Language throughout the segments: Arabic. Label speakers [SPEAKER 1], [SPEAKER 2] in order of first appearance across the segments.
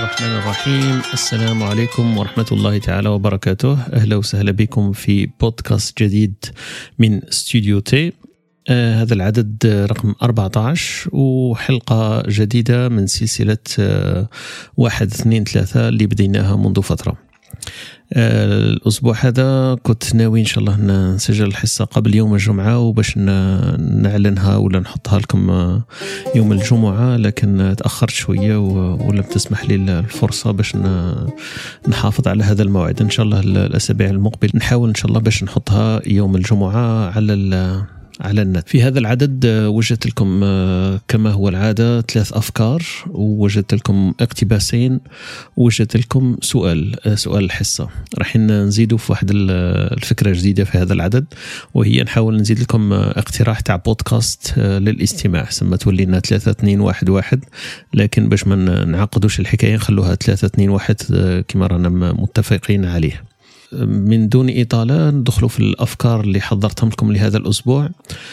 [SPEAKER 1] الرحمن الرحيم. السلام عليكم ورحمة الله تعالى وبركاته. أهلا وسهلا بكم في بودكاست جديد من استوديو تي. هذا العدد رقم 14 وحلقة جديدة من سلسلة 1 2 3 اللي بديناها منذ فترة. الأسبوع هذا كنت ناوي إن شاء الله نسجل الحصة قبل يوم الجمعة وباش نعلنها ولا نحطها لكم يوم الجمعة، لكن تأخرت شوية ولم تسمح لي الفرصة باش نحافظ على هذا الموعد. إن شاء الله الأسابيع المقبل نحاول إن شاء الله باش نحطها يوم الجمعة على النت. في هذا العدد وجدت لكم كما هو العادة 3 أفكار، ووجدت لكم اقتباسين، ووجدت لكم سؤال الحصة. راح نزيدوا في واحد الفكرة جديدة في هذا العدد، وهي نحاول نزيد لكم اقتراح تاع بودكاست للاستماع، سما تولي لنا 3 2 1 1، لكن باش ما نعقدوش الحكاية نخلوها 3 2 1 كما رانا متفقين عليه. من دون إطالة ندخلوا في الأفكار اللي حضرتهم لكم لهذا الأسبوع،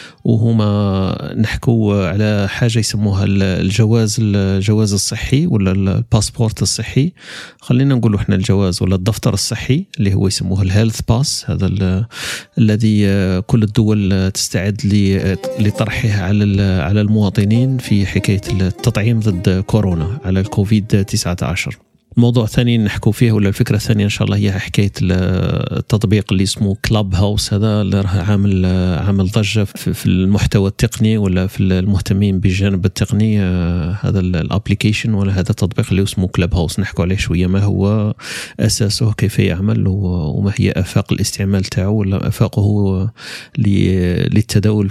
[SPEAKER 1] وهما نحكوا على حاجة يسموها الجواز الصحي ولا الباسبورت الصحي. خلينا نقولوا احنا الجواز ولا الدفتر الصحي اللي هو يسموه الهيلث باس، هذا الذي كل الدول تستعد لطرحه على المواطنين في حكاية التطعيم ضد كورونا على الكوفيد 19. موضوع ثاني نحكوا فيه ولا الفكرة الثانية إن شاء الله هي حكاية التطبيق اللي اسمه كلاب هاوس، هذا اللي راه عامل ضجة في المحتوى التقني ولا في المهتمين بالجانب التقني. هذا الابليكيشن ولا هذا التطبيق اللي اسمه كلاب هاوس نحكوا عليه شوية، ما هو أساسه، كيف يعمل، وما هي آفاق الاستعمال تاعه ولا آفاقه للتداول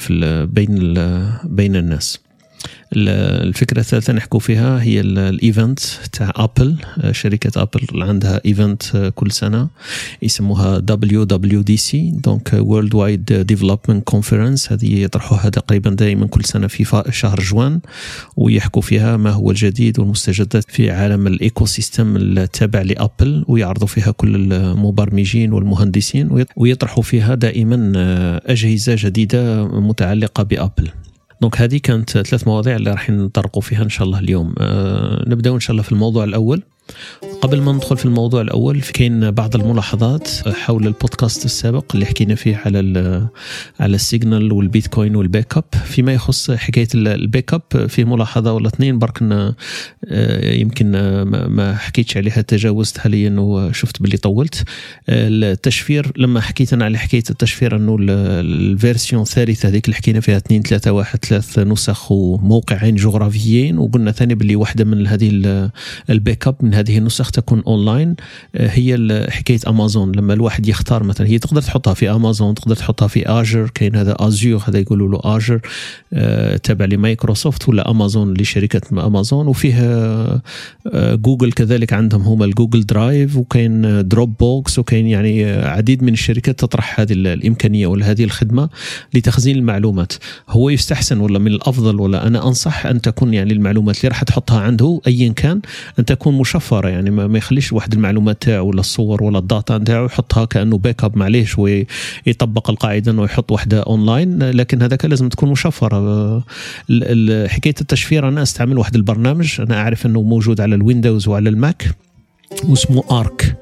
[SPEAKER 1] بين الناس. الفكرة الثالثة نحكوا فيها هي الإيفنت تاع أبل. شركة أبل عندها إيفنت كل سنة يسموها WWDC، دونك Worldwide Development Conference. هذه يطرحوها تقريبا دائما كل سنة في شهر جوان، ويحكوا فيها ما هو الجديد والمستجدات في عالم الإيكو سيستم التابع لأبل، ويعرضوا فيها كل المبرمجين والمهندسين، ويطرحوا فيها دائما أجهزة جديدة متعلقة بأبل. دونك هذه كانت 3 مواضيع اللي راح نطرقوا فيها إن شاء الله اليوم. نبدأ إن شاء الله في الموضوع الأول. قبل ما ندخل في الموضوع الأول، كاين بعض الملاحظات حول البودكاست السابق اللي حكينا فيه على السيجنال والبيتكوين والباك اب. فيما يخص حكاية الباك اب فيه ملاحظة ولا 2 برك يمكن ما حكيتش عليها، تجاوزتها لأنه شفت باللي طولت. التشفير، لما حكيت أنا على حكاية التشفير أنه الفيرسيون الثالثة هذيك اللي حكينا فيها 2 3 1 3 نسخ وموقعين جغرافيين، وقلنا ثاني باللي واحدة من هذه الباك اب من هذه النسخ تكون اونلاين هي حكايه امازون. لما الواحد يختار مثلا، هي تقدر تحطها في امازون، تقدر تحطها في اجر، كاين هذا ازور، هذا يقولوا له اجر تابع لمايكروسوفت، ولا امازون لشركه امازون، وفيها جوجل كذلك عندهم هما الجوجل درايف، وكاين دروب بوكس، وكاين يعني عديد من الشركات تطرح هذه الامكانيه ولا هذه الخدمه لتخزين المعلومات. هو يستحسن ولا من الافضل ولا انا انصح ان تكون يعني المعلومات اللي راح تحطها عنده ايا كان ان تكون مشفره، يعني ما يخليش واحد المعلومات تاعه ولا الصور ولا الداتا تاعه يحطها كانه باك اب، معليش، ويطبق القاعده انه يحط واحده اونلاين، لكن هذاك لازم تكون مشفره. حكايه التشفير انا استعمل واحد البرنامج انا اعرف انه موجود على الويندوز وعلى الماك، واسمه ارك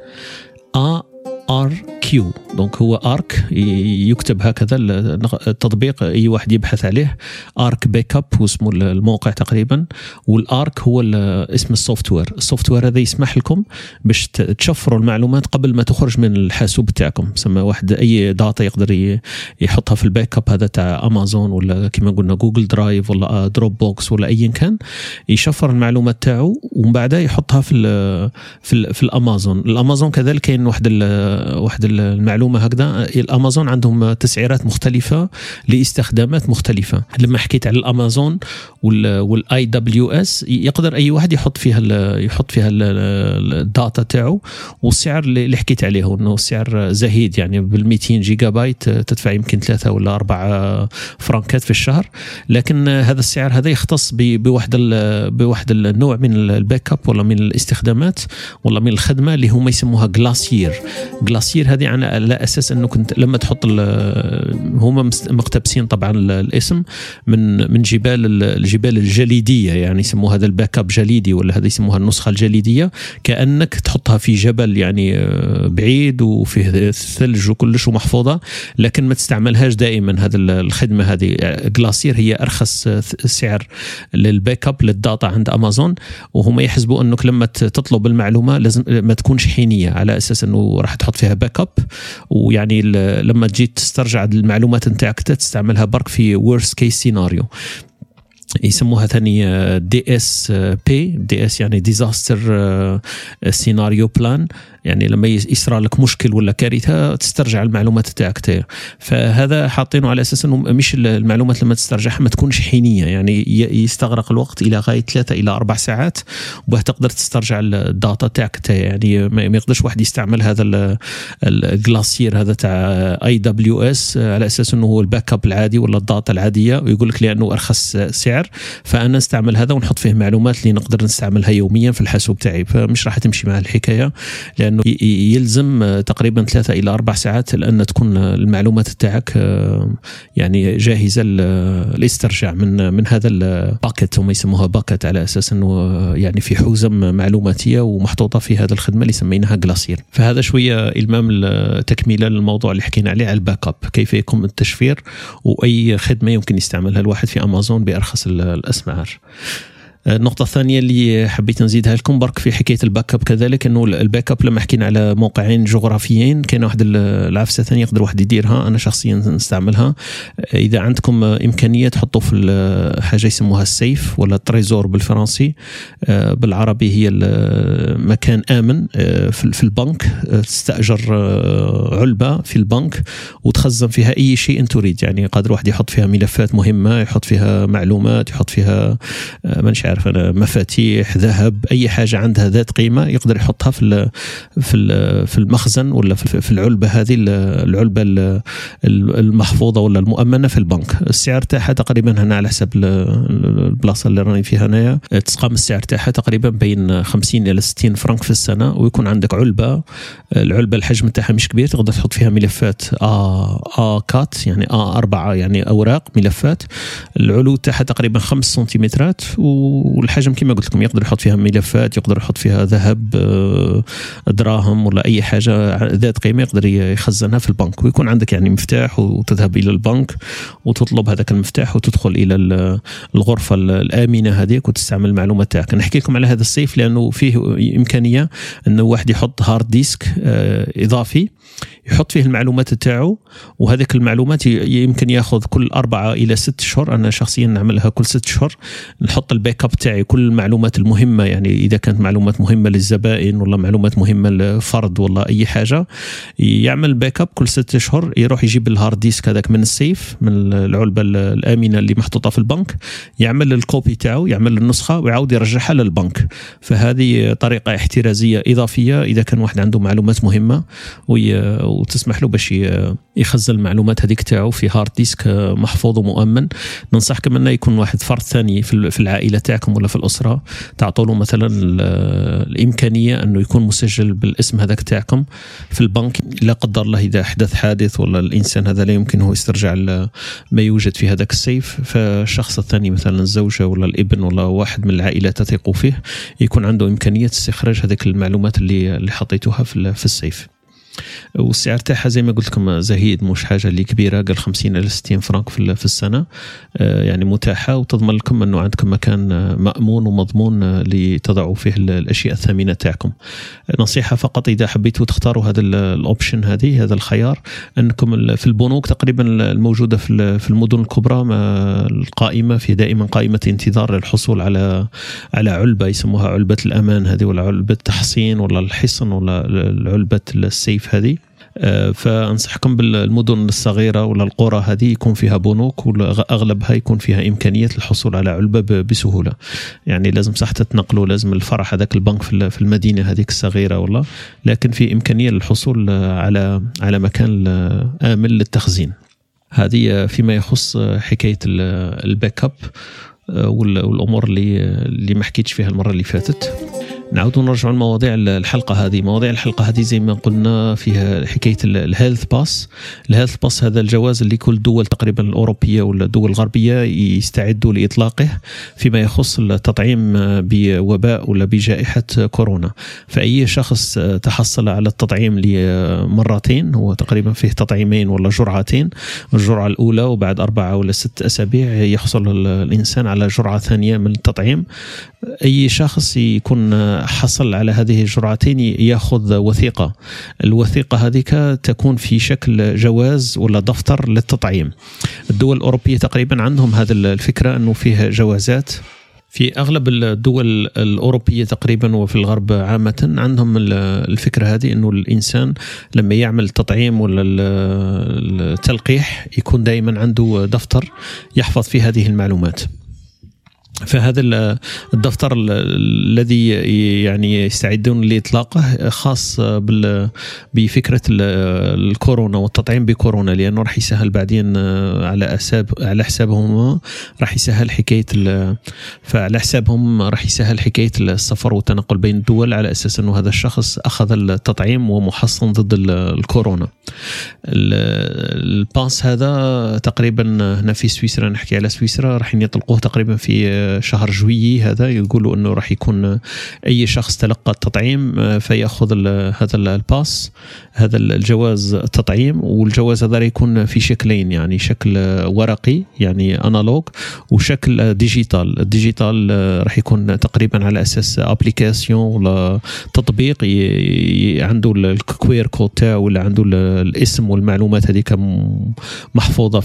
[SPEAKER 1] ARQ. دونك هو ARK يكتب هكذا التطبيق، أي واحد يبحث عليه ARK باك اب واسمه الموقع تقريبا، والARK هو اسم السوفتوير هذا يسمح لكم باش تشفروا المعلومات قبل ما تخرج من الحاسوب تاعكم. سما واحد أي داتا يقدر يحطها في الباك اب هذا تاع أمازون ولا كما قلنا جوجل درايف ولا دروب بوكس ولا أي كان، يشفر المعلومات تاعه ومن بعدها يحطها في الأمازون كذلك كاين واحد المعلومة هكذا. الأمازون عندهم تسعيرات مختلفة لاستخدامات مختلفة. لما حكيت على الأمازون والاي دبليو اس يقدر أي واحد يحط فيها الداتا تاعو، والسعر اللي حكيت عليه إنه السعر زهيد، يعني بال200 جيجا بايت تدفع يمكن 3 ولا 4 فرنكات في الشهر. لكن هذا السعر هذا يختص بواحد النوع من الباك اب ولا من الاستخدامات ولا من الخدمة اللي هم يسموها جلاسير. هذه هذه على أساس أنه كنت لما تحط هم مقتبسين طبعا الاسم من الجبال الجليدية، يعني يسموها هذا الباك اب جليدي، ولا هذا يسموها النسخة الجليدية، كأنك تحطها في جبل يعني بعيد وفيه الثلج وكلش ومحفوظة، لكن ما تستعملهاش دائما. هذا الخدمة هذه جلاسير هي أرخص سعر للباك اب للداتا عند أمازون، وهم يحسبوا أنك لما تطلب المعلومة لازم ما تكونش حينية، على أساس أنه راح تحط فيها باك اب، ويعني لما تجي تسترجع المعلومات نتاعك تستعملها برك في worst case scenario. يسموها ثاني DSP، DS يعني disaster scenario plan، يعني لما يصرى لك مشكل ولا كارثة تسترجع المعلومات تاعك. فهذا حاطينه على أساس أنه مش المعلومات لما تسترجعها ما تكونش حينية، يعني يستغرق الوقت إلى غاية 3 إلى 4 ساعات وباه تقدر تسترجع الداتا تاعك. يعني ما يقدرش واحد يستعمل هذا الجلاسير هذا تاع AWS على أساس أنه هو الباك اب العادي ولا الداتا العادية، ويقول لك لأنه أرخص سعر فأنا نستعمل هذا ونحط فيه معلومات اللي نقدر نستعملها يوميا في الحاسوب تاعي. فمش راح تمشي مع الحكاية، لأنه يلزم تقريبا 3 إلى 4 ساعات لأن تكون المعلومات تاعك يعني جاهزة للاسترجاع من هذا الباكت، هم يسموها باكت على أساس أنه يعني في حوزم معلوماتية ومحطوطة في هذا الخدمة اللي سميناها جلاسير. فهذا شوية إلمام تكميلا للموضوع اللي حكينا عليه على الباك اب، كيف يقوم التشفير وأي خدمة يمكن يستعملها الواحد في أمازون بأرخص الأسعار. النقطة الثانية اللي حبيت نزيدها لكم برك في حكاية الباك اب كذلك، انه الباك اب لما حكينا على موقعين جغرافيين كاين واحد العفسة ثانية يقدر واحد يديرها، انا شخصيا نستعملها. اذا عندكم امكانية تحطوا في حاجة يسموها السيف ولا التريزور بالفرنسي، بالعربي هي مكان آمن في البنك، تستأجر علبة في البنك وتخزن فيها اي شيء تريد، يعني قادر واحد يحط فيها ملفات مهمة، يحط فيها معلومات، يحط فيها منش عارف أنا مفاتيح، ذهب، أي حاجة عندها ذات قيمة يقدر يحطها في المخزن ولا في العلبة هذه، العلبة المحفوظة ولا المؤمنة في البنك. السعر تاعها تقريبا هنا على حسب البلاصة اللي راني فيها هنايا تقام السعر تاعها تقريبا بين 50 إلى 60 فرنك في السنة، ويكون عندك العلبة الحجم تاعها مش كبير، تقدر تحط فيها ملفات A4 يعني A4 يعني أوراق ملفات، العلو تاعها تقريبا 5 سنتيمترات، والحجم كما قلت لكم يقدر يحط فيها ملفات، يقدر يحط فيها ذهب، دراهم ولا أي حاجة ذات قيمة يقدر يخزنها في البنك. ويكون عندك يعني مفتاح وتذهب إلى البنك وتطلب هذاك المفتاح وتدخل إلى الغرفة الآمنة هذيك وتستعمل المعلومات تاعك. نحكي لكم على هذا السيف لأنه فيه إمكانية أنه واحد يحط هارد ديسك إضافي يحط فيه المعلومات تاعو، وهذيك المعلومات يمكن ياخذ كل 4 إلى 6 أشهر. أنا شخصيا نعملها كل 6 أشهر، نحط الباك اب تاعي كل المعلومات المهمة، يعني إذا كانت معلومات مهمة للزبائن ولا معلومات مهمة لفرد ولا أي حاجة، يعمل باك اب كل 6 أشهر، يروح يجيب الهارد ديسك هذاك من السيف من العلبة الآمنة اللي محطوطة في البنك، يعمل الكوبي تاعو، يعمل النسخة ويعاود يرجعها للبنك. فهذه طريقة احترازية إضافية إذا كان واحد عنده معلومات مهمة وتسمح له باش يخزن المعلومات هذيك تاعو في هارد ديسك محفوظ ومؤمن. ننصحكم انه يكون واحد فرد ثاني في العائله تاعكم ولا في الاسره، تعطوا له مثلا الامكانيه انه يكون مسجل بالاسم هذاك تاعكم في البنك، لا قدر الله اذا حدث حادث ولا الانسان هذا لا يمكنه يسترجع ما يوجد في هذاك السيف، فالشخص الثاني مثلا الزوجه ولا الابن ولا واحد من العائله تثقوا فيه يكون عنده امكانيه استخراج هذيك المعلومات اللي حطيتوها في السيف. والسعر تاعها زي ما قلت لكم زهيد، مش حاجه اللي كبيره، قال 50 إلى 60 فرنك في السنه، يعني متاحه وتضمن لكم انه عندكم مكان مأمون ومضمون لتضعوا فيه الاشياء الثمينه تاعكم. نصيحه فقط اذا حبيتوا تختاروا هذا الاوبشن هذا الخيار، انكم في البنوك تقريبا الموجوده في المدن الكبرى القائمه في دائما قائمه انتظار للحصول على علبه يسموها علبه الامان هذه، ولا علبه التحصين ولا الحصن ولا علبه السيف هذه. فأنصحكم بالمدن الصغيرة ولا القرى هذه يكون فيها بنوك، وأغلبها يكون فيها إمكانية الحصول على علبة بسهولة. يعني لازم صح تتنقلوا، لازم الفرع هذاك البنك في المدينة هذيك الصغيرة والله، لكن في إمكانية للحصول على مكان آمن للتخزين. هذه فيما يخص حكاية الباك اب والأمور اللي ما حكيتش فيها المرة اللي فاتت. نعود نرجع لمواضيع الحلقة هذه. مواضيع الحلقة هذه زي ما قلنا فيها حكاية الهيلث باس. الهيلث باس هذا الجواز اللي كل الدول تقريبا الأوروبية ولا الدول الغربية يستعدوا لإطلاقه فيما يخص التطعيم بوباء ولا بجائحة كورونا. فأي شخص تحصل على التطعيم لمرتين، هو تقريبا فيه تطعيمين ولا جرعتين، الجرعة الأولى وبعد 4 ولا 6 أسابيع يحصل الإنسان على جرعة ثانية من التطعيم. أي شخص يكون حصل على هذه الجرعتين يأخذ وثيقة. الوثيقة هذه تكون في شكل جواز ولا دفتر للتطعيم. الدول الأوروبية تقريبا عندهم هذه الفكرة أنه فيه جوازات. في أغلب الدول الأوروبية تقريبا وفي الغرب عامة عندهم الفكرة هذه أنه الإنسان لما يعمل تطعيم ولا التلقيح يكون دائما عنده دفتر يحفظ فيه هذه المعلومات. فهذا الدفتر الذي يعني يستعدون لإطلاقه خاص بفكرة الكورونا والتطعيم بكورونا، لأنه راح يسهل بعدين على حسابهم راح يسهل حكاية فعلى حسابهم راح يسهل حكاية السفر والتنقل بين الدول على أساس أنه هذا الشخص أخذ التطعيم ومحصن ضد الكورونا. الباس هذا تقريبا هنا في سويسرا، نحكي على سويسرا، راح يطلقوه تقريبا في شهر جويي. هذا يقولوا أنه راح يكون أي شخص تلقى التطعيم فيأخذ هذا الباس، هذا الجواز التطعيم. والجواز هذا يكون في شكلين، يعني شكل ورقي يعني أنالوج وشكل ديجيتال. الديجيتال راح يكون تقريبا على أساس أبليكاسيون ولا تطبيق عنده الكوير كود تاعه ولا عنده الاسم والمعلومات هذه محفوظة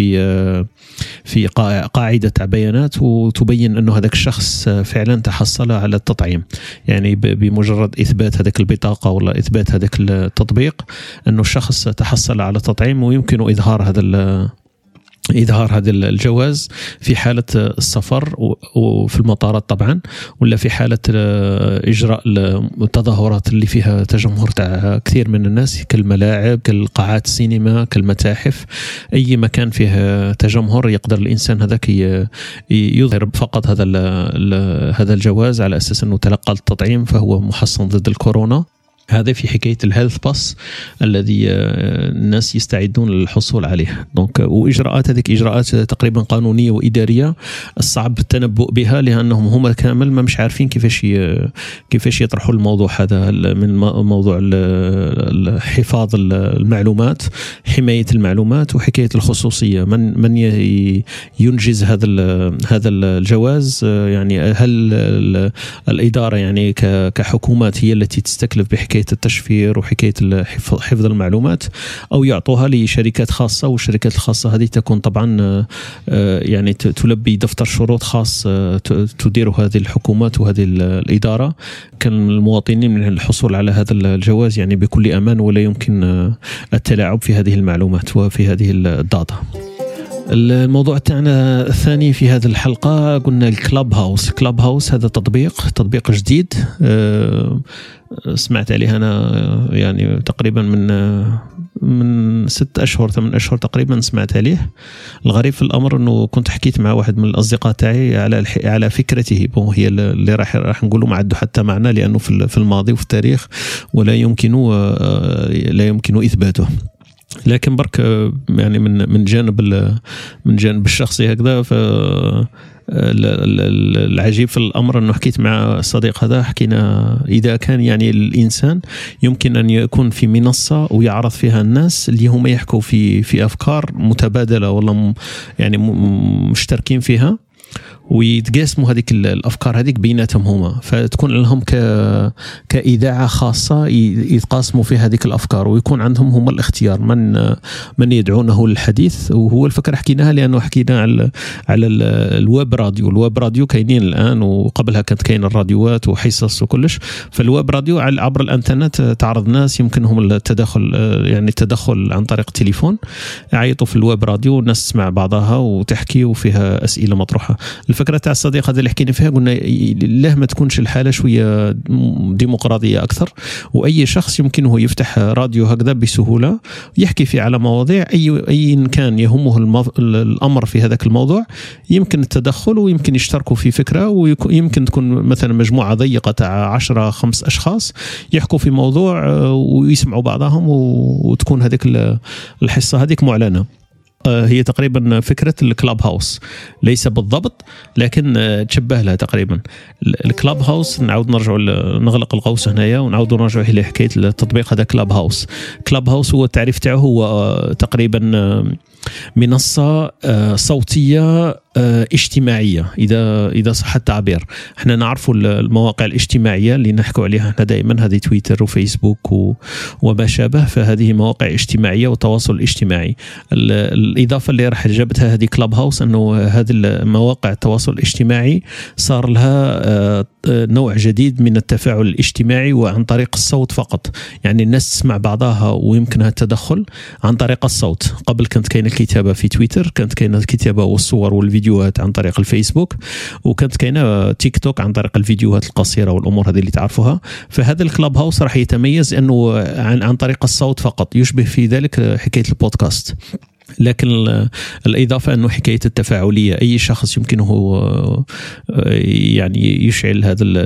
[SPEAKER 1] في قاعدة بيانات، وتبين أنه هذاك الشخص فعلا تحصل على التطعيم. يعني بمجرد إثبات هذاك البطاقة ولا إثبات هذاك التطبيق أنه الشخص تحصل على التطعيم، ويمكن إظهار هذا الجواز في حالة السفر وفي المطارات طبعا، ولا في حالة إجراء التظاهرات اللي فيها تجمهر تاع كثير من الناس كالملاعب كالقاعات السينما كالمتاحف. أي مكان فيه تجمهر يقدر الإنسان هذاك يظهر فقط هذا الجواز على أساس أنه تلقى التطعيم فهو محصن ضد الكورونا. هذا في حكاية الهيلث باس الذي الناس يستعدون للحصول عليه. دونك وإجراءات هذيك إجراءات تقريبا قانونية وإدارية الصعب التنبؤ بها، لأنهم هم كامل ما مش عارفين كيفاش يطرحوا الموضوع هذا من موضوع حفاظ المعلومات، حماية المعلومات وحكاية الخصوصية. من ينجز هذا الجواز؟ يعني هل الإدارة يعني كحكومات هي التي تستكلف بحكاية التشفير وحكاية حفظ المعلومات، أو يعطوها لشركات خاصة، والشركات الخاصة هذه تكون طبعا يعني تلبي دفتر شروط خاص تدير هذه الحكومات وهذه الإدارة. كان المواطنين من الحصول على هذا الجواز يعني بكل أمان، ولا يمكن التلاعب في هذه المعلومات وفي هذه الداتا. الموضوع تاعنا الثاني في هذه الحلقة قلنا الكلاب هاوس. كلاب هاوس هذا تطبيق جديد سمعت عليه أنا يعني تقريبا من 6 أشهر 8 أشهر تقريبا سمعت عليه. الغريب في الأمر أنه كنت حكيت مع واحد من الأصدقاء تاعي على فكرته، هي اللي راح نقوله ما عنده حتى معنى لأنه في الماضي وفي التاريخ ولا يمكن إثباته. لكن برك يعني من جانب الشخصي هكذا. العجيب في الأمر أنه حكيت مع الصديق هذا، حكينا إذا كان يعني الإنسان يمكن أن يكون في منصة ويعرض فيها الناس اللي هم يحكوا في أفكار متبادلة والله يعني مشتركين فيها، ويتقاسموا هذيك الأفكار هذيك بيناتهم هما، فتكون لهم كإذاعة خاصة يتقاسموا في هذيك الأفكار، ويكون عندهم هما الاختيار من يدعونه للحديث. وهو الفكرة حكيناها لأنه حكينا على الويب راديو. الويب راديو كاينين الآن، وقبلها كانت كاين الراديوات وحصص وكلش. فالويب راديو عبر الانترنت تعرض ناس يمكنهم التدخل عن طريق التليفون، يعيطوا في الويب راديو والناس تسمع بعضها وتحكي وفيها أسئلة مطروحة. الفكره تاع الصديق هذا اللي حكينا فيها، قلنا له ما تكونش الحاله شويه ديمقراطيه اكثر، واي شخص يمكنه يفتح راديو هكذا بسهوله يحكي فيه على مواضيع اي كان يهمه الامر في هذاك الموضوع، يمكن التدخل ويمكن يشتركوا في فكره، ويمكن تكون مثلا مجموعه ضيقه تاع 10-5 اشخاص يحكوا في موضوع ويسمعوا بعضهم، وتكون هذيك الحصه هذيك معلنه. هي تقريبا فكرة الكلاب هاوس، ليس بالضبط لكن تشبه لها تقريبا. الكلاب هاوس نعود نرجع نغلق القوس هنايا ونعود نرجع إلى حكاية التطبيق هذا كلاب هاوس. كلاب هاوس هو التعريف تاعه هو تقريبا منصة صوتية اجتماعية إذا صح التعبير. احنا نعرف المواقع الاجتماعية اللي نحكوا عليها احنا دائما، هذه تويتر وفيسبوك وما شابه، فهذه مواقع اجتماعية وتواصل اجتماعي. الإضافة اللي راح جابتها هذه كلاب هاوس أنه هذه المواقع التواصل الاجتماعي صار لها نوع جديد من التفاعل الاجتماعي وعن طريق الصوت فقط. يعني الناس تسمع بعضها ويمكنها التدخل عن طريق الصوت. قبل كانت كاينة الكتابة في تويتر، كانت كاينة الكتابة والصور والفيديوهات عن طريق الفيسبوك، وكانت كاينة تيك توك عن طريق الفيديوهات القصيرة والأمور هذه اللي تعرفوها. فهذا الكلاب هاوس راح يتميز أنه عن طريق الصوت فقط، يشبه في ذلك حكاية البودكاست. لكن الإضافة أنه حكاية التفاعلية، أي شخص يمكنه يعني يشعل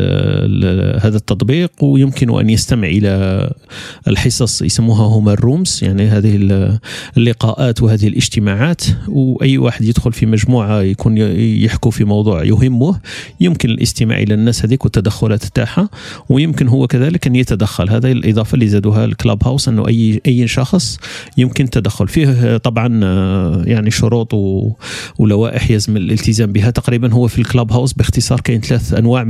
[SPEAKER 1] هذا التطبيق ويمكن أن يستمع إلى الحصص يسموها هما الرومز، يعني هذه اللقاءات وهذه الاجتماعات، وأي واحد يدخل في مجموعة يكون يحكوا في موضوع يهمه، يمكن الاستماع إلى الناس هذيك والتدخلات تاعها، ويمكن هو كذلك أن يتدخل. هذا الإضافة اللي زادوها الكلاب هاوس، أنه أي شخص يمكن التدخل فيه. طبعا يعني شروط ولوائح يلزم الالتزام بها. تقريبا هو في الكلاب هاوس باختصار كاين 3 أنواع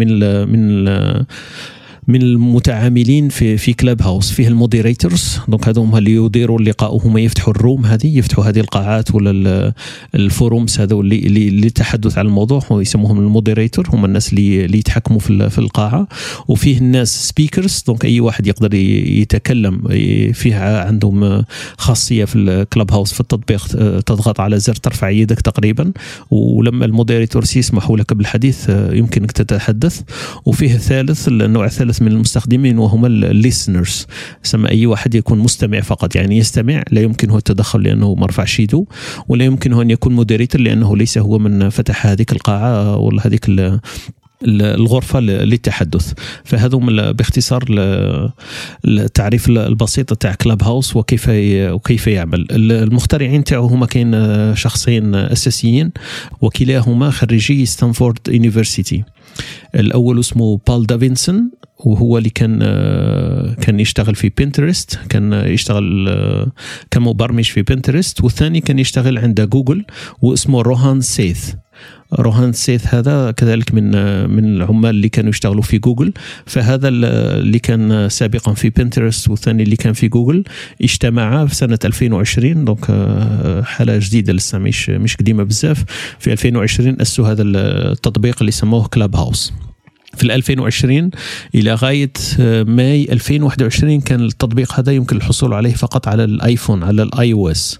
[SPEAKER 1] من المتعاملين في كلاب هاوس. فيه الموديريتورز، دونك هذوما اللي يديروا اللقاء وهم يفتحوا الروم هذه، يفتحوا هذه القاعات ولا الفورومز هذو اللي تحدث عن الموضوع، ويسموهم الموديريتور، هم الناس اللي يتحكموا في القاعة. وفيه الناس سبيكرز، دونك أي واحد يقدر يتكلم. فيها عندهم خاصية في الكلاب هاوس في التطبيق، تضغط على زر ترفع يدك تقريبا، ولما الموديريتورز يسمحوا لك بالحديث يمكنك تتحدث. وفيه النوع الثالث من المستخدمين وهم الليسنرز، سمى أي واحد يكون مستمع فقط، يعني يستمع، لا يمكنه التدخل لأنه مرفع شيدو، ولا يمكنه أن يكون موديريتور لأنه ليس هو من فتح هذه القاعة ولا هذيك الغرفة للتحدث. فهذا باختصار التعريف البسيط تاع كلاب هاوس وكيف يعمل. المخترعين تاعو هما كاين شخصين أساسيين، وكلاهما خريجي ستانفورد يونيفرسيتي. الأول اسمه بول دافنسون، وهو اللي كان يشتغل في بنترست، كان يشتغل كمبرمج في بنترست. والثاني كان يشتغل عند جوجل واسمه روهان سيث. روهان سيث هذا كذلك من العمال اللي كانوا يشتغلوا في جوجل. فهذا اللي كان سابقا في بنترست والثاني اللي كان في جوجل اجتمعا في سنة 2020، دونك حالة جديدة لسه مش قديمة بزاف. في 2020 أسسوا هذا التطبيق اللي سموه كلاب هاوس. في 2020 إلى غاية ماي 2021 كان التطبيق هذا يمكن الحصول عليه فقط على الآيفون، على الآي او اس.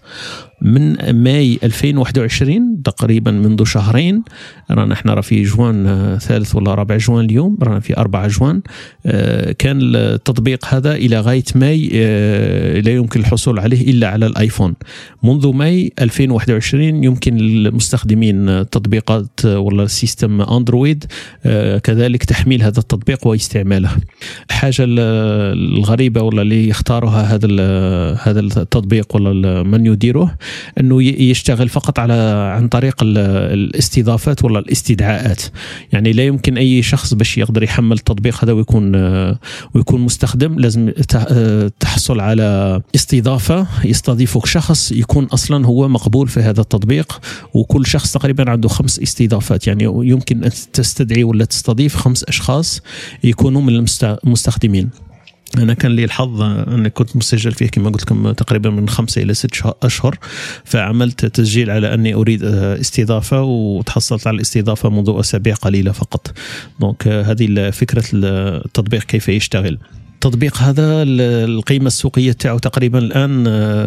[SPEAKER 1] من ماي 2021 تقريبا منذ شهرين، رانا احنا في جوان 3 ولا 4 جوان اليوم، رانا في 4 جوان، كان التطبيق هذا إلى غاية ماي لا يمكن الحصول عليه إلا على الآيفون. منذ ماي 2021 يمكن المستخدمين تطبيقات ولا سيستم أندرويد كذلك تحميل هذا التطبيق واستعماله. الحاجة الغريبة ولا اللي يختارها هذا التطبيق ولا من يديره أنه يشتغل فقط عن طريق الاستضافات ولا الاستدعاءات. يعني لا يمكن أي شخص باش يقدر يحمل التطبيق هذا ويكون مستخدم، لازم تحصل على استضافة يستضيفك شخص يكون أصلا هو مقبول في هذا التطبيق. وكل شخص تقريبا عنده 5 استضافات، يعني يمكن أن تستدعي ولا تستضيف 5 أشخاص يكونوا من المستخدمين. أنا كان لي الحظ أني كنت مسجل فيه كما قلت لكم تقريبا من 5 إلى 6 أشهر، فعملت تسجيل على أني أريد استضافة، وتحصلت على الاستضافة منذ أسابيع قليلة فقط. دونك هذه فكرة التطبيق كيف يشتغل. التطبيق هذا القيمة السوقية تاعو تقريبا الآن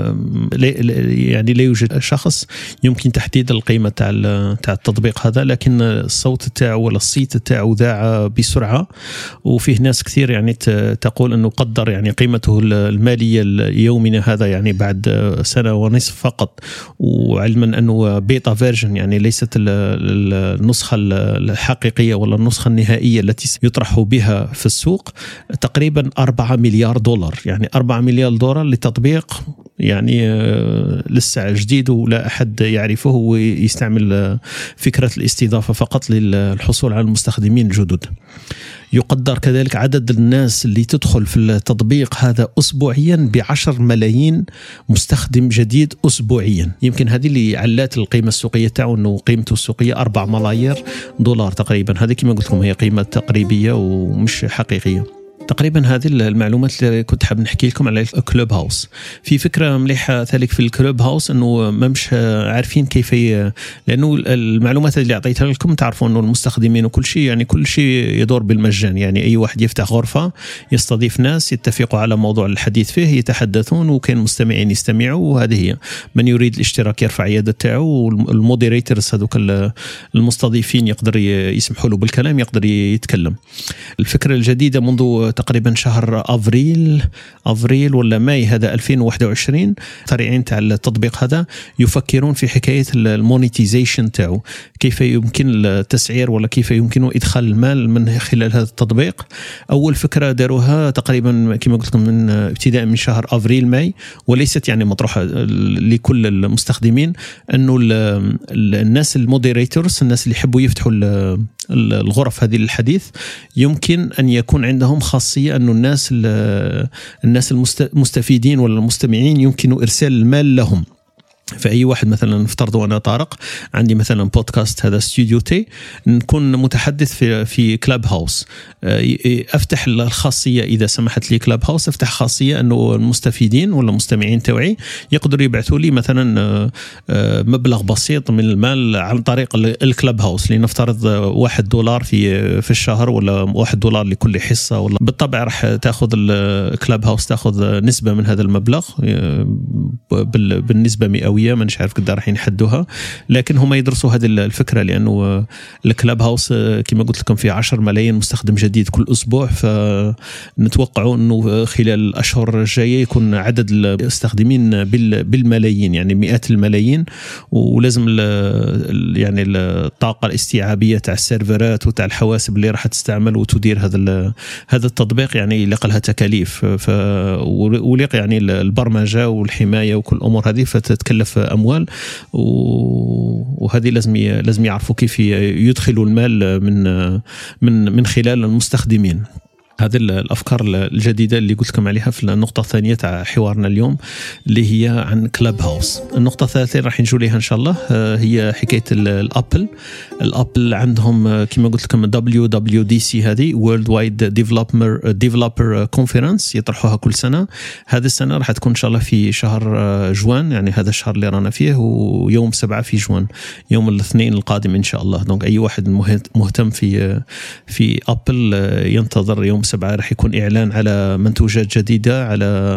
[SPEAKER 1] يعني لا يوجد شخص يمكن تحديد القيمة تاع التطبيق هذا، لكن الصوت تاعو ولا الصيت تاعو ذاع بسرعة، وفيه ناس كثير يعني تقول أنه قدر يعني قيمته المالية ليومنا هذا يعني بعد سنة ونصف فقط، وعلما أنه بيتا فيرجن يعني ليست النسخة الحقيقية ولا النسخة النهائية التي يطرح بها في السوق، تقريبا 4 مليار دولار، يعني 4 مليار دولار لتطبيق يعني لسه جديد ولا أحد يعرفه، ويستعمل فكرة الاستضافة فقط للحصول على المستخدمين الجدد. يقدر كذلك عدد الناس اللي تدخل في التطبيق هذا أسبوعيا ب10 ملايين مستخدم جديد أسبوعيا. يمكن هذه اللي علات القيمة السوقية تاعو، أنه قيمته السوقية 4 ملايير دولار تقريبا. هذه كما قلت لكم هي قيمة تقريبية ومش حقيقية. تقريبا هذه المعلومات اللي كنت حاب نحكي لكم على الكلوب هاوس. في فكرة مليحة ذلك في الكلوب هاوس أنه ما مش عارفين كيف لأنه المعلومات اللي أعطيتها لكم تعرفوا أنه المستخدمين وكل شيء يعني كل شيء يدور بالمجان، يعني أي واحد يفتح غرفة يستضيف ناس يتفقوا على موضوع الحديث فيه يتحدثون، وكان مستمعين يستمعوا، وهذه هي. من يريد الاشتراك يرفع يده تاعو، والمودريترز هذوك المستضيفين يقدر يسمحوا له بالكلام، يقدر يتكلم. الفكرة الجديدة منذ تقريبا شهر أفريل ولا ماي هذا 2021 طريقين تاع التطبيق هذا يفكرون في حكاية المونيتيزيشن تاعو، كيف يمكن التسعير ولا كيف يمكن إدخال المال من خلال هذا التطبيق. أول فكرة داروها تقريبا كما قلت لكم من ابتداء من شهر أفريل ماي، وليست يعني مطروحة لكل المستخدمين، أنه الناس المودريتورز، الناس اللي يحبوا يفتحوا الغرف هذه للحديث، يمكن أن يكون عندهم خاصية أنه الناس المستفيدين ولا المستمعين يمكن إرسال المال لهم. فأي واحد مثلا نفترض أنا طارق عندي مثلا بودكاست هذا ستوديو تي، نكون متحدث في كلاب هاوس، أفتح الخاصية إذا سمحت لي كلاب هاوس، أفتح خاصية أنه المستفيدين ولا المستمعين توعي يقدروا يبعثوا لي مثلا مبلغ بسيط من المال عن طريق الكلاب هاوس، لنفترض $1 في الشهر ولا $1 لكل حصة، ولا بالطبع راح تأخذ الكلاب هاوس تأخذ نسبة من هذا المبلغ بالنسبة مئوية، ما نعرف قد راح ينحدوها، لكن هم يدرسوا هذه الفكرة، لأنه الكلاب هاوس كما قلت لكم في 10 ملايين مستخدم جديد كل أسبوع، فنتوقعوا أنه خلال الأشهر الجاية يكون عدد المستخدمين بالملايين، يعني مئات الملايين، ولازم يعني الطاقة الاستيعابية تاع السيرفرات وتاع الحواسب اللي راح تستعمل وتدير هذا التطبيق، يعني يلقى لها تكاليف، وليق يعني البرمجة والحماية وكل الأمور هذه فتتكلف أموال، وهذه لازم يعرفوا كيف يدخلوا المال من خلال المستخدمين. هذه الأفكار الجديدة اللي قلت لكم عليها في النقطة الثانية تاع حوارنا اليوم، اللي هي عن كلاب هاوس. النقطة الثالثة راح نجوا ليها إن شاء الله هي حكاية الأبل عندهم كما قلت لكم WWDC، هذه World Wide Developer Conference يطرحوها كل سنة. هذه السنة راح تكون إن شاء الله في شهر جوان، يعني هذا الشهر اللي رانا فيه، ويوم 7 في جوان، يوم الاثنين القادم إن شاء الله. دونك أي واحد مهتم في أبل ينتظر يوم 7، راح يكون إعلان على منتوجات جديدة،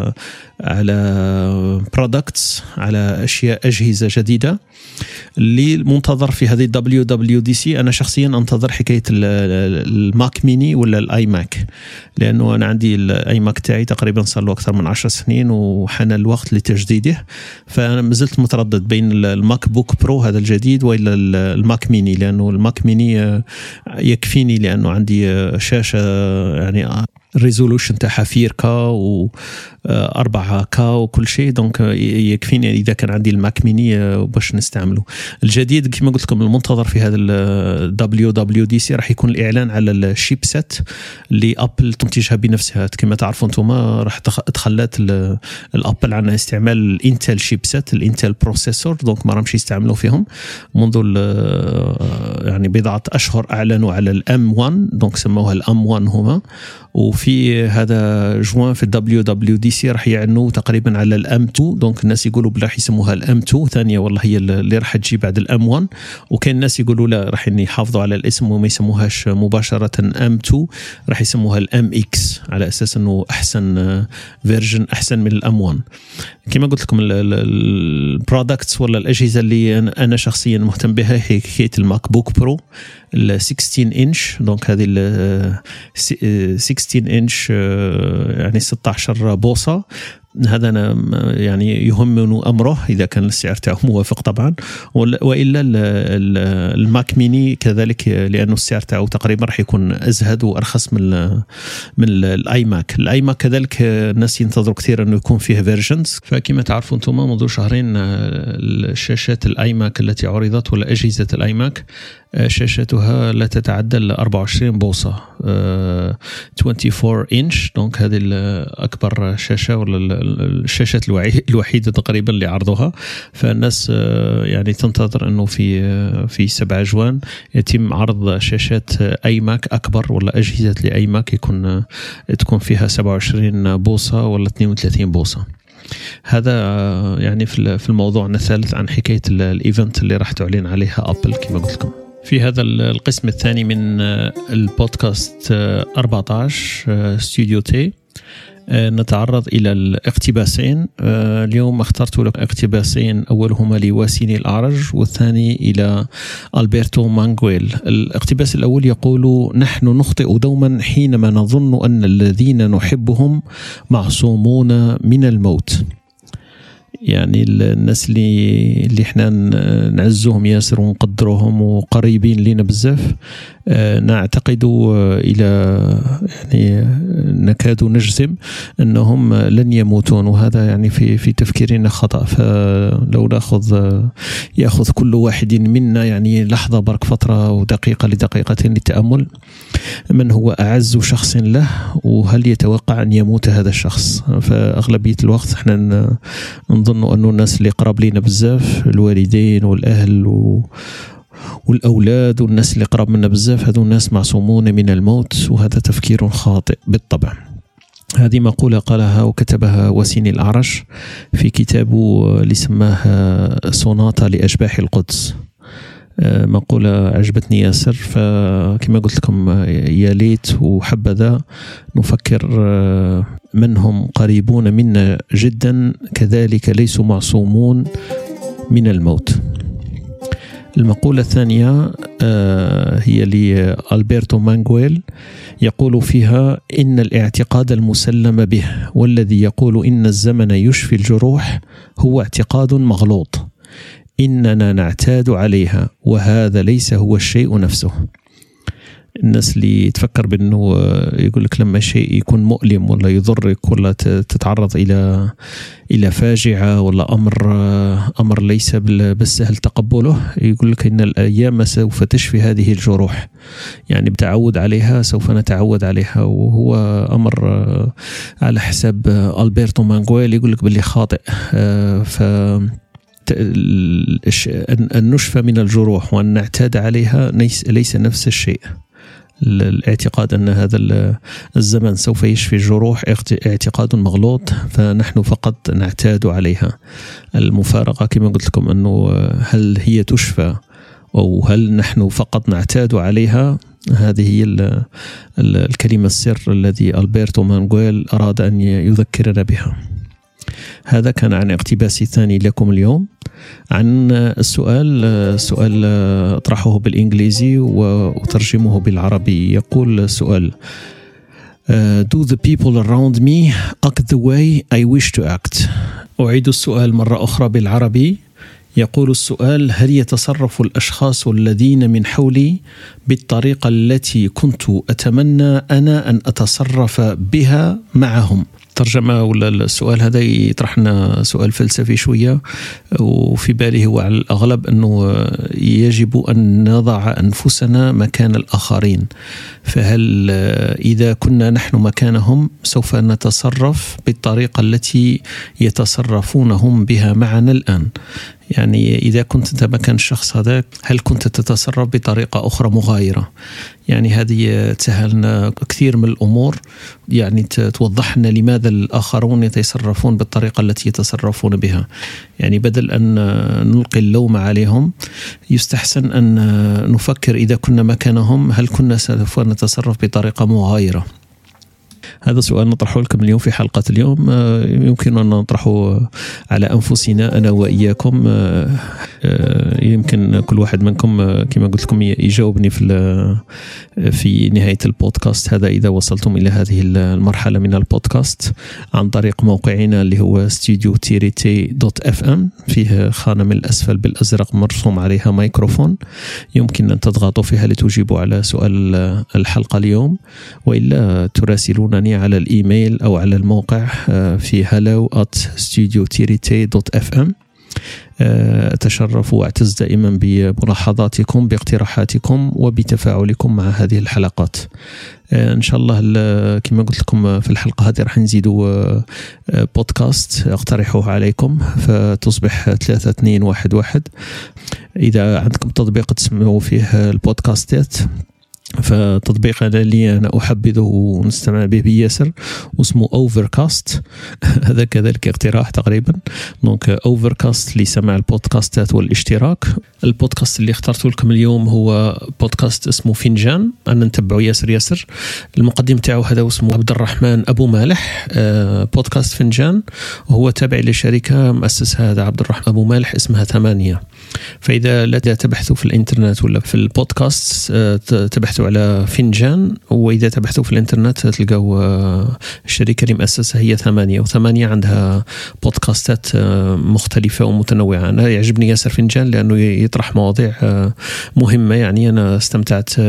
[SPEAKER 1] على products، على أجهزة جديدة. اللي منتظر في هذه WWDC أنا شخصيا أنتظر حكاية الماك ميني ولا الآي ماك، لأنه أنا عندي الآي ماك تاعي تقريبا صار له أكثر من 10 سنين وحان الوقت لتجديده، فأنا مازلت متردد بين الماك بوك برو هذا الجديد وإلا الماك ميني، لأنه الماك ميني يكفيني لأنه عندي شاشة يعني الريزولوشن تاعها 4K و 4K وكل شيء، دونك يكفيني اذا كان عندي الماك ميني باش نستعمله. الجديد كما قلت لكم المنتظر في هذا WWDC راح يكون الاعلان على الشيب سيت اللي ابل تنتجها بنفسها. كما تعرفوا انتم راح تخلات الابل عن استعمال الانتل شيب سيت، الانتل بروسيسور، دونك ما راهمش يستعملوا فيهم منذ يعني بضعه اشهر. اعلنوا على الام 1، دونك سموها الام 1 هما، وفي في هذا جوان في WWDC راح يعنوا تقريبا على الM2. دونك الناس يقولوا راح يسموها الM2 ثانية، والله هي اللي راح تجي بعد الM1. وكان الناس يقولوا لا، راح يحافظوا على الاسم وما يسموهاش مباشرة M2، راح يسموها الMX على أساس أنه أحسن فيرجن، أحسن من الM1. كما قلت لكم البرودكتس ولا الأجهزة اللي أنا شخصيا مهتم بها هي حكاية الماك بوك برو ال 16 إنش. دونك هذه ال 16 إنش يعني 16 بوصة. هذا أنا يعني يهمني أمره إذا كان السعر تاعه موافق طبعا، وإلا الماك ميني كذلك، لأنه السعر تاعه تقريبا راح يكون أزهد وأرخص من الآي ماك. الآي ماك كذلك الناس ينتظروا كثير أنه يكون فيه فيرجنز. فكما تعرفوا أنتم منذ شهرين الشاشات الآي ماك التي عرضت ولا أجهزة الآي ماك شاشتها لا تتعدى 24 بوصة 24 إنش. دونك هذه أكبر شاشة ولا الشاشات الوحيدة تقريبا اللي عرضوها. فالناس يعني تنتظر أنه في 7 جوان يتم عرض شاشات أي ماك أكبر ولا أجهزة لأي ماك تكون فيها 27 بوصة ولا 32 بوصة. هذا يعني في الموضوع الثالث عن حكاية الإيفنت اللي راح تعلن عليها أبل كما قلت لكم. في هذا القسم الثاني من البودكاست 14 استوديو تي نتعرض إلى الاقتباسين. اليوم اخترت لك اقتباسين، أولهما لواسيني الأعرج والثاني إلى ألبرتو مانغويل. الاقتباس الأول يقول: نحن نخطئ دوما حينما نظن أن الذين نحبهم معصومون من الموت. يعني الناس اللي احنا نعزهم ياسر ونقدرهم وقريبين لنا بزاف، نعتقد إلى يعني نكاد نجزم أنهم لن يموتون، وهذا يعني في تفكيرنا خطأ. فلو يأخذ كل واحد منا يعني لحظة برك فترة ودقيقة لدقيقتين للتأمل، من هو أعز شخص له وهل يتوقع أن يموت هذا الشخص. فأغلبية الوقت احنا نظن أن الناس اللي قرب لنا بزاف، الوالدين والأهل والأولاد والناس اللي قرب منا بزاف، هذو الناس معصومون من الموت، وهذا تفكير خاطئ بالطبع. هذه مقولة قالها وكتبها واسيني الأعرج في كتابه اللي سماه سوناتا لأشباح القدس. مقولة عجبتني ياسر. فكما قلت لكم يا ليت وحبذا نفكر من هم قريبون منا جدا كذلك ليسوا معصومون من الموت. المقولة الثانية هي لألبرتو مانغويل، يقول فيها: إن الاعتقاد المسلم به والذي يقول إن الزمن يشفي الجروح هو اعتقاد مغلوط، إننا نعتاد عليها وهذا ليس هو الشيء نفسه. الناس اللي تفكر بأنه يقول لك لما شيء يكون مؤلم ولا يضرك ولا تتعرض إلى فاجعة ولا أمر ليس بالسهل تقبله، يقول لك إن الأيام سوف تشفي هذه الجروح، يعني بتعود عليها، سوف نتعود عليها. وهو أمر على حساب ألبرتو مانغويل يقول لك باللي خاطئ. أن نشفى من الجروح وأن نعتاد عليها ليس نفس الشيء. الاعتقاد أن هذا الزمن سوف يشفي الجروح اعتقاد مغلوط، فنحن فقط نعتاد عليها. المفارقة كما قلت لكم أنه هل هي تشفى أو هل نحن فقط نعتاد عليها، هذه هي الكلمة السر الذي ألبرتو مانغويل أراد أن يذكرنا بها. هذا كان عن اقتباسي الثاني لكم اليوم عن السؤال أطرحه بالإنجليزي وأترجمه بالعربي. يقول السؤال: Do the people around me act the way I wish to act؟ أعيد السؤال مرة أخرى بالعربي. يقول السؤال: هل يتصرف الأشخاص الذين من حولي بالطريقة التي كنت أتمنى أنا أن أتصرف بها معهم؟ ترجمة ولا السؤال هذا يطرحنا سؤال فلسفي شوية، وفي بالي هو على الأغلب أنه يجب أن نضع أنفسنا مكان الآخرين. فهل إذا كنا نحن مكانهم سوف نتصرف بالطريقة التي يتصرفون هم بها معنا الآن؟ يعني إذا كنت أنت مكان الشخص هذا هل كنت تتصرف بطريقة أخرى مغايرة؟ يعني هذه تسهل لنا كثير من الأمور، يعني توضح لنا لماذا الآخرون يتصرفون بالطريقة التي يتصرفون بها. يعني بدل أن نلقي اللوم عليهم يستحسن أن نفكر إذا كنا مكانهم هل كنا سوف نتصرف بطريقة مغايرة. هذا سؤال نطرحه لكم اليوم في حلقة اليوم، يمكن أن نطرحه على أنفسنا أنا وإياكم. يمكن كل واحد منكم كما قلت لكم يجاوبني في نهاية البودكاست هذا إذا وصلتم إلى هذه المرحلة من البودكاست عن طريق موقعنا اللي هو studio-t.fm. فيه خانة من الأسفل بالأزرق مرسوم عليها ميكروفون، يمكن أن تضغطوا فيها لتجيبوا على سؤال الحلقة اليوم، وإلا تراسلونني على الإيميل أو على الموقع في hello@studio-t.fm. أتشرف وأعتز دائما بملاحظاتكم، باقتراحاتكم وبتفاعلكم مع هذه الحلقات. إن شاء الله كما قلت لكم في الحلقة هذه راح نزيدوا بودكاست أقترحه عليكم فتصبح 3-2-1-1. إذا عندكم تطبيق تسمعوا فيه البودكاستات فتطبيق اللي أنا أحبذه ونستمع به بياسر واسمه أوفركاست. هذا كذلك اقتراح تقريبا. دونك أوفركاست لسماع البودكاستات والاشتراك. البودكاست اللي اخترته لكم اليوم هو بودكاست اسمه فنجان، أنا نتبعه ياسر. المقدم تاعه هذا اسمه عبد الرحمن أبو مالح. بودكاست فنجان وهو تابع لشركة مؤسسها هذا عبد الرحمن أبو مالح اسمها 8. فإذا لا تبحثوا في الإنترنت ولا في البودكاست تبحثوا على فنجان، وإذا تبحثوا في الإنترنت تلقوا الشركة اللي مؤسسها هي 8، و8 عندها بودكاستات مختلفة ومتنوعة. أنا يعجبني ياسر فنجان لأنه يطرح مواضيع مهمة، يعني أنا استمتعت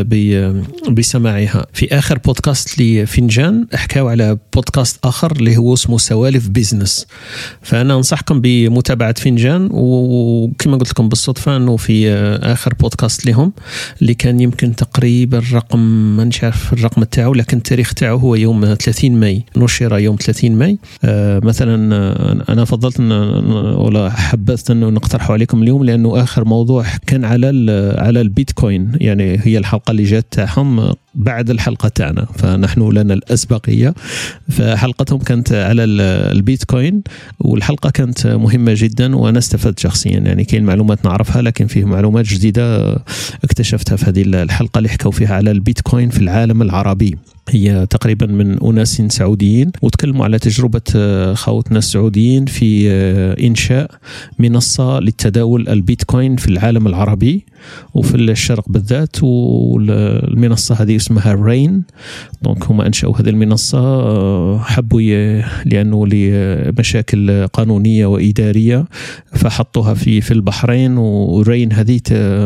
[SPEAKER 1] بسماعها. في آخر بودكاست لفنجان حكاوا على بودكاست آخر اللي هو اسمه سوالف بيزنس، فأنا أنصحكم بمتابعة فنجان. وكما قلت لكم بالصدفة أنه في آخر بودكاست لهم اللي كان يمكن تقريبا الرقم ما نعرف الرقم تاعه، لكن التاريخ تاعه هو يوم 30 ماي، نشر يوم 30 ماي. مثلا أنا فضلت ولا حبذت أنه نقترحه عليكم اليوم لأنه آخر موضوع كان على البيتكوين، يعني هي الحلقة اللي جات تاعهم بعد الحلقة تاعنا، فنحن لنا الأسبقية. فحلقتهم كانت على البيتكوين والحلقة كانت مهمة جدا وأنا استفدت شخصيا. يعني كاين معلومات نعرفها لكن فيه معلومات جديدة اكتشفتها في هذه الحلقة اللي حكوا فيها على البيتكوين في العالم العربي. هي تقريبا من أناس سعوديين وتكلموا على تجربة خوتنا السعوديين في إنشاء منصة للتداول البيتكوين في العالم العربي وفي الشرق بالذات. والمنصة هذه اسمها رين. دونك هم أنشأوا هذه المنصة، حبوا لأنه لمشاكل قانونية وإدارية فحطوها في البحرين. ورين هذه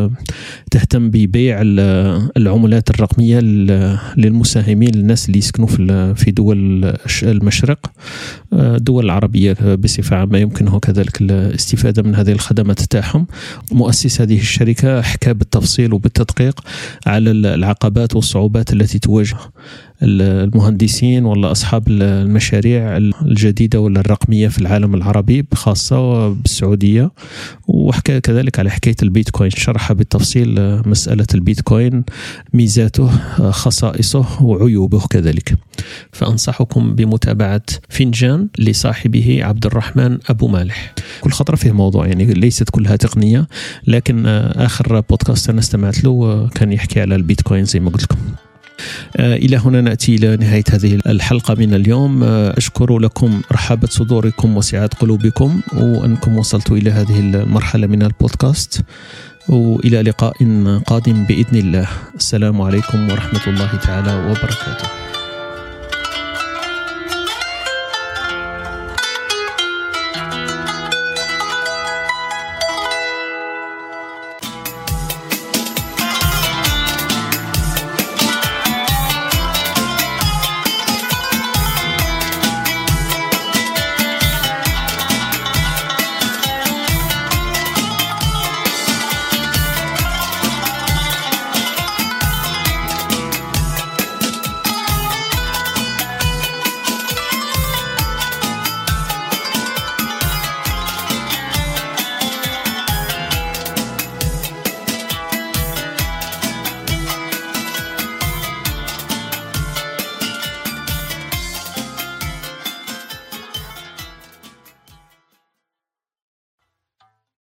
[SPEAKER 1] تهتم ببيع العملات الرقمية للمساهمين، للناس اللي يسكنوا في دول المشرق، الدول العربية بصفة عامة يمكنه كذلك الاستفادة من هذه الخدمات تاعهم. مؤسس هذه الشركة حكى بالتفصيل وبالتدقيق على العقبات والصعوبات التي تواجه المهندسين ولا أصحاب المشاريع الجديدة ولا الرقمية في العالم العربي بخاصة بالسعودية. وحكى كذلك على حكاية البيتكوين، شرح بالتفصيل مسألة البيتكوين، ميزاته، خصائصه وعيوبه كذلك. فأنصحكم بمتابعة فنجان لصاحبه عبد الرحمن أبو مالح. كل خطرة فيه موضوع، يعني ليست كلها تقنية، لكن آخر بودكاست أنا استمعت له كان يحكي على البيتكوين زي ما قلت لكم. إلى هنا نأتي إلى نهاية هذه الحلقة من اليوم. أشكر لكم رحابة صدوركم وسعة قلوبكم وأنكم وصلتوا إلى هذه المرحلة من البودكاست، وإلى لقاء قادم بإذن الله. السلام عليكم ورحمة الله تعالى وبركاته.